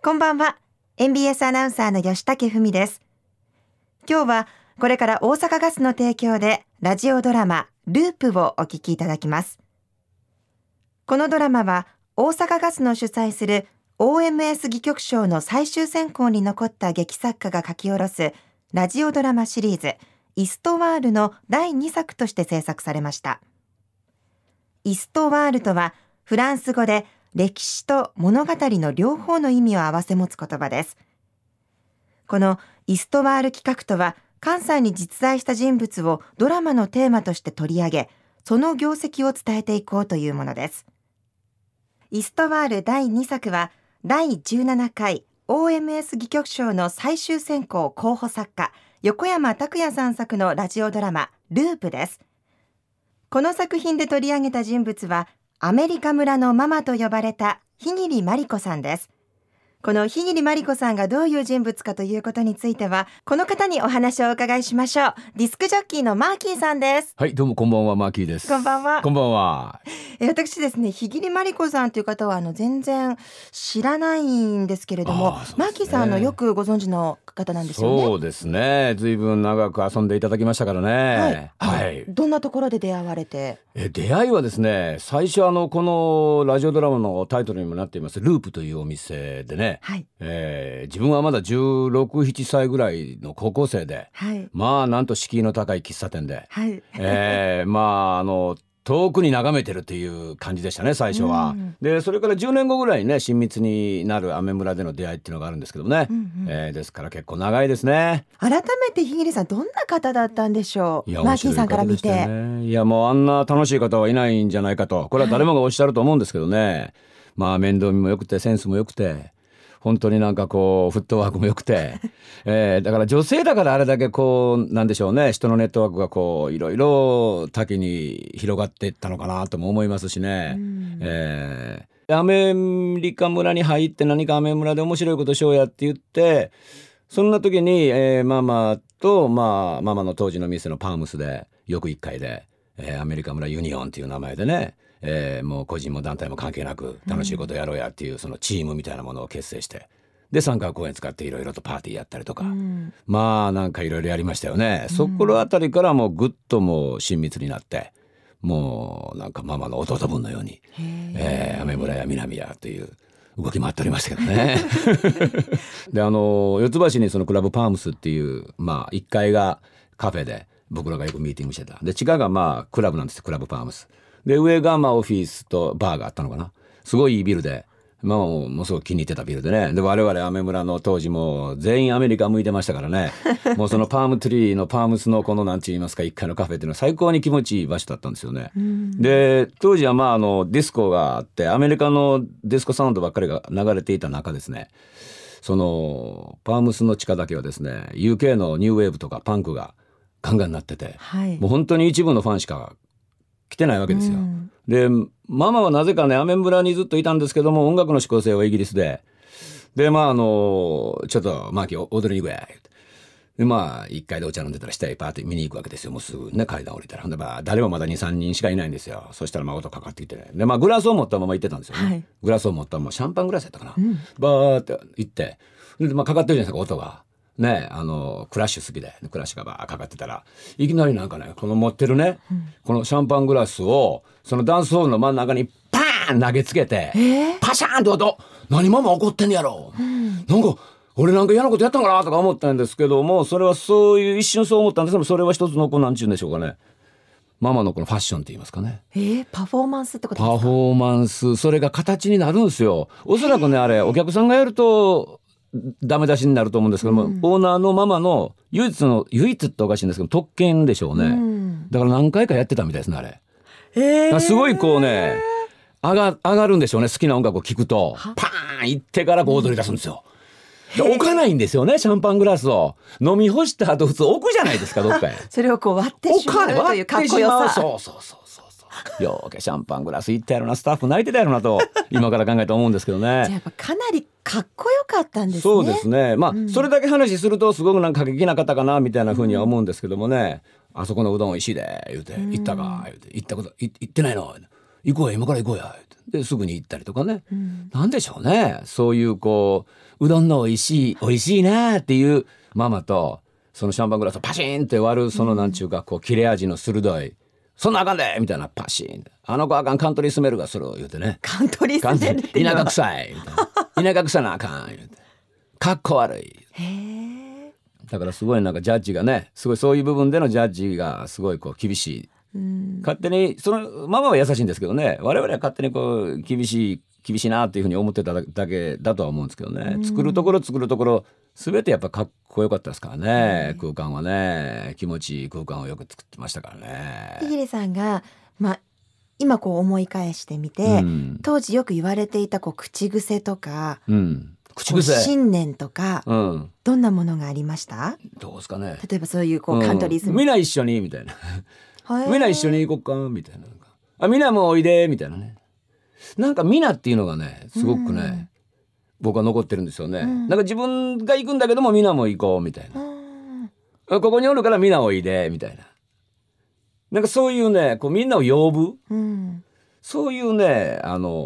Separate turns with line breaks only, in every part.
こんばんは。NBS アナウンサーの吉武文です。今日はこれから大阪ガスの提供でラジオドラマループをお聞きいただきます。このドラマは大阪ガスの主催する OMS 戯曲賞の最終選考に残った劇作家が書き下ろすラジオドラマシリーズイストワールの第2作として制作されました。イストワールとはフランス語で歴史と物語の両方の意味を併せ持つ言葉です。このイストワール企画とは、関西に実在した人物をドラマのテーマとして取り上げ、その業績を伝えていこうというものです。イストワール第2作は、第17回 OMS 戯曲賞の最終選考候補作家、横山拓也さん作のラジオドラマ、ループです。この作品で取り上げた人物は、アメリカ村のママと呼ばれた日桐真理子さんです。この日桐真理子さんがどういう人物かということについては、この方にお話をお伺いしましょう。ディスクジョッキーのマーキーさんです。
はい、どうもこんばんは、マーキーです。
こんばんは。
こんばんは。
私ですね、日桐真理子さんという方は全然知らないんですけれども、マーキーさんよくご存知の方なんですよね。
そうですね、ずいぶん長く遊んでいただきましたからね。はい。
どんなところで出会われて？
出会いはですね、最初このラジオドラマのタイトルにもなっていますループというお店でね、自分はまだ16、17歳ぐらいの高校生で、まあなんと敷居の高い喫茶店で、まあ遠くに眺めてるという感じでしたね、最初は。でそれから10年後ぐらいね、親密になるアメ村での出会いっていうのがあるんですけどもね、ですから結構長いですね。
改めて日桐さん、どんな方だったんでしょう？マーキーさんから見て。
いや、もうあんな楽しい方はいないんじゃないかと、これは誰もがおっしゃると思うんですけどね、まあ面倒見も良くてセンスも良くて、本当になんかこうフットワークも良くて、だから女性だからあれだけこうなんでしょうね、人のネットワークがこういろいろ多岐に広がっていったのかなとも思いますしね。アメリカ村に入って何かアメ村で面白いことしようやって言って、そんな時に、ママと、ママの当時の店のパームスでよく1回で、アメリカ村ユニオンっていう名前でね、もう個人も団体も関係なく楽しいことやろうやっていうそのチームみたいなものを結成して、で三角公園使っていろいろとパーティーやったりとか、まあなんかいろいろやりましたよね。そこらあたりからもうぐっともう親密になって、もうなんかママの弟分のように、アメ村や南やという動き回っておりましたけどねで四ツ橋にそのクラブパームスっていう、まあ1階がカフェで僕らがよくミーティングしてた。で地下がまあクラブなんですよ、クラブパームスで、上がまあオフィスとバーがあったのかな。すごいいいビルで、まあもうすごく気に入ってたビルでね。で我々アメ村の当時も全員アメリカ向いてましたからねもうそのパームトリーのパームスのこのなんて言いますか、1階のカフェっていうのは最高に気持ちいい場所だったんですよね。で当時はまあディスコがあって、アメリカのディスコサウンドばっかりが流れていた中ですね、そのパームスの地下だけはですね、 UK のニューウェーブとかパンクがガンガンなってて、もう本当に一部のファンしか来てないわけですよ。でママはなぜかね、アメ村にずっといたんですけども、音楽の指向性はイギリスで、でまあちょっとマーキー踊りに行くや言うて、でまあ1階でお茶飲んでたら下へパーって見に行くわけですよ。もうすぐね階段降りたら、ほんでまあ誰もまだ 2,3 人しかいないんですよ。そしたらまあ音かかってきてね、でまあグラスを持ったまま行ってたんですよね、グラスを持ったまま、シャンパングラスやったかな、バーって行って、でまあかかってるじゃないですか、音がね、クラッシュ好きで、クラッシュがバーかかってたら、いきなりなんかね、この持ってるね、このシャンパングラスをそのダンスホールの真ん中にパーン投げつけて、パシャーンと音、何ママ怒ってんやろ、なんか俺なんか嫌なことやったんかなとか思ったんですけども、それはそういう一瞬そう思ったんですけど、それは一つのなんちゅうんでしょうかね、ママのこのファッションって言いますかね、
パフォーマンスってことですか？
パフォーマンス、それが形になるんですよ。おそらくね、あれお客さんがやるとダメ出しになると思うんですけども、オーナーのママの唯一っておかしいんですけど特権でしょうね、だから何回かやってたみたいですね、あれ。だからすごいこうね、上がるんでしょうね、好きな音楽を聴くとパーン行ってからこう踊り出すんですよ。で置かないんですよね、シャンパングラスを飲み干した後普通置くじゃないですか、どっかへ
それをこう割ってしまうというかっこよさ。
そうよーけシャンパングラスいったやろな、スタッフ泣いてたやろなと今から考えて思うんですけどね。
じゃあやっぱかなりかっこよかったんですね。
そうですね、まあ、それだけ話するとすごくなんか過激な方かなみたいな風には思うんですけどもね、あそこのうどんおいしいで言うて、行ったか言うて、行ったこと行ってないの、 行こうや今から行こうやですぐに行ったりとかね、
うん、
なんでしょうね、そういうこううどんの美味しいなっていうママと、そのシャンパングラスをパシーンって割るそのなんちゅうかこう切れ味の鋭い、そんなあかんでみたいな、パシーン、あの子あかんカントリースメルがする言うてね、
カントリースメルっていうのは
田舎臭いみたいな田舎臭なあかん言うてかっこ悪い。
へー、
だからすごいなんかジャッジがね、すごいそういう部分でのジャッジがすごいこう厳しい、
うん、
勝手にそのママは優しいんですけどね、我々は勝手にこう厳しいなっていうふうに思ってただけだとは思うんですけどね、作るところ全てやっぱかっこよかったですからね、空間はね、気持ちいい空間をよく作ってましたからね。
ひでさんが、今こう思い返してみて、当時よく言われていたこう口癖とか、
口癖、
信念とか、どんなものがありました？
どうですかね。
例えばそういうこうカントリースメル、
みんな一緒にみたいなみんな一緒に行こっかみたいな、あみんなもうおいでみたいなね、なんかみんなっていうのがねすごくね、僕は残ってるんですよね、なんか自分が行くんだけどもみんなも行こうみたいな、ここにおるからみんなおいでみたいな、なんかそういうねこうみんなを呼ぶ、そういうね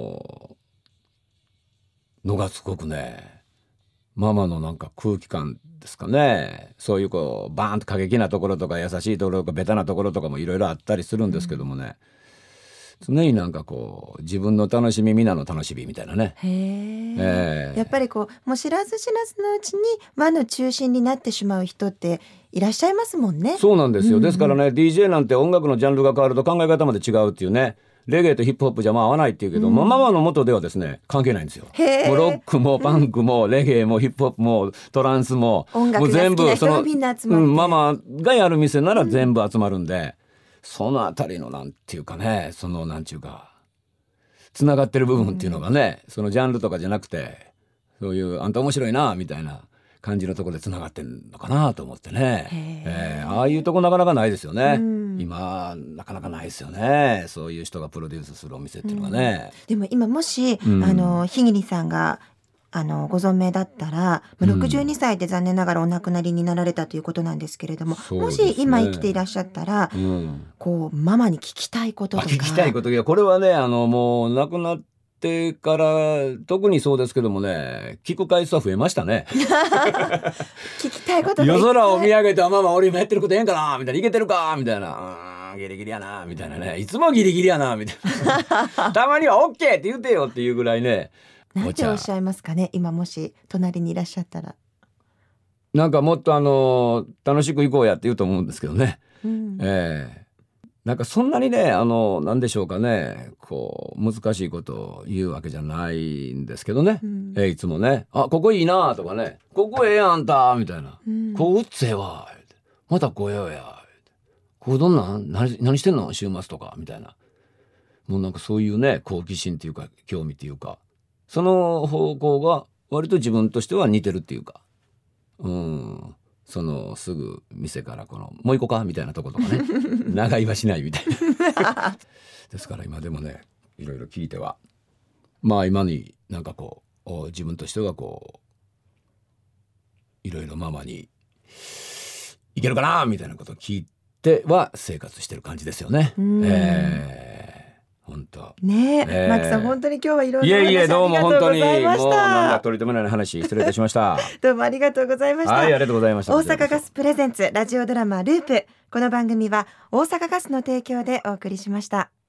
のがすごくねママのなんか空気感ですかね。そういうこうバーンと過激なところとか優しいところとかベタなところとかもいろいろあったりするんですけどもね、常になんかこう自分の楽しみみんなの楽しみみたいなね。
やっぱりこうもう知らず知らずのうちに輪の中心になってしまう人っていらっしゃいますもんね。
そうなんですよ、ですからね DJ なんて音楽のジャンルが変わると考え方まで違うっていうね、レゲエとヒップホップじゃ合わないっていうけど、ママの元ではですね関係ないんですよ。もうロックもパンクもレゲエもヒップホップもトランスも
音楽が好きな人がみんな集まって、
ママがやる店なら全部集まるんで、そのあたりのなんていうかね、そのなんていうかつながってる部分っていうのがね、そのジャンルとかじゃなくてそういうあんた面白いなみたいな感じのところでつながってんのかなと思ってね、ああいうとこなかなかないですよね、今なかなかないですよね、そういう人がプロデュースするお店っていうのがね、
でも今もし、ひぎりさんがご存命だったら62歳で残念ながらお亡くなりになられたということなんですけれども、もし今生きていらっしゃったら、こうママに聞きたいこととか。
聞きたいこと、いやこれはねもう亡くなってから特にそうですけどもね、聞く回数は増えましたね
聞きたいことが
夜空を見上げてママ俺今やってることええんかなみたいな、いけてるかみたいな、ギリギリやなみたいなね、いつもギリギリやなみたいなたまには OK って言ってよっていうぐらいね。
なんておっしゃいますかね、今もし隣にいらっしゃったら。
なんかもっと楽しく行こうやって言うと思うんですけどね、なんかそんなにねなんでしょうかね、こう難しいことを言うわけじゃないんですけどね、いつもねここいいなとかね、ここええやんあんたみたいな、こう打っせえわまた来ようや、こうどんなん何してんの週末とかみたいな、もうなんかそういうね好奇心っていうか興味っていうか、その方向が割と自分としては似てるっていうか、そのすぐ店からこのもう行こうかみたいなとことかね長居はしないみたいなですから今でもねいろいろ聞いては今になんかこう自分としてはこういろいろママにいけるかなみたいなことを聞いては生活してる感じですよね。本当
ねえ、マキさん本当に今日はいろいろ話ありがとうございました。
どうも本当にもうなんか取り留めない話失礼いたしました
どうもありがとうございました。
はい、ありがとうございました。
大阪ガスプレゼンツラジオドラマループ、この番組は大阪ガスの提供でお送りしました。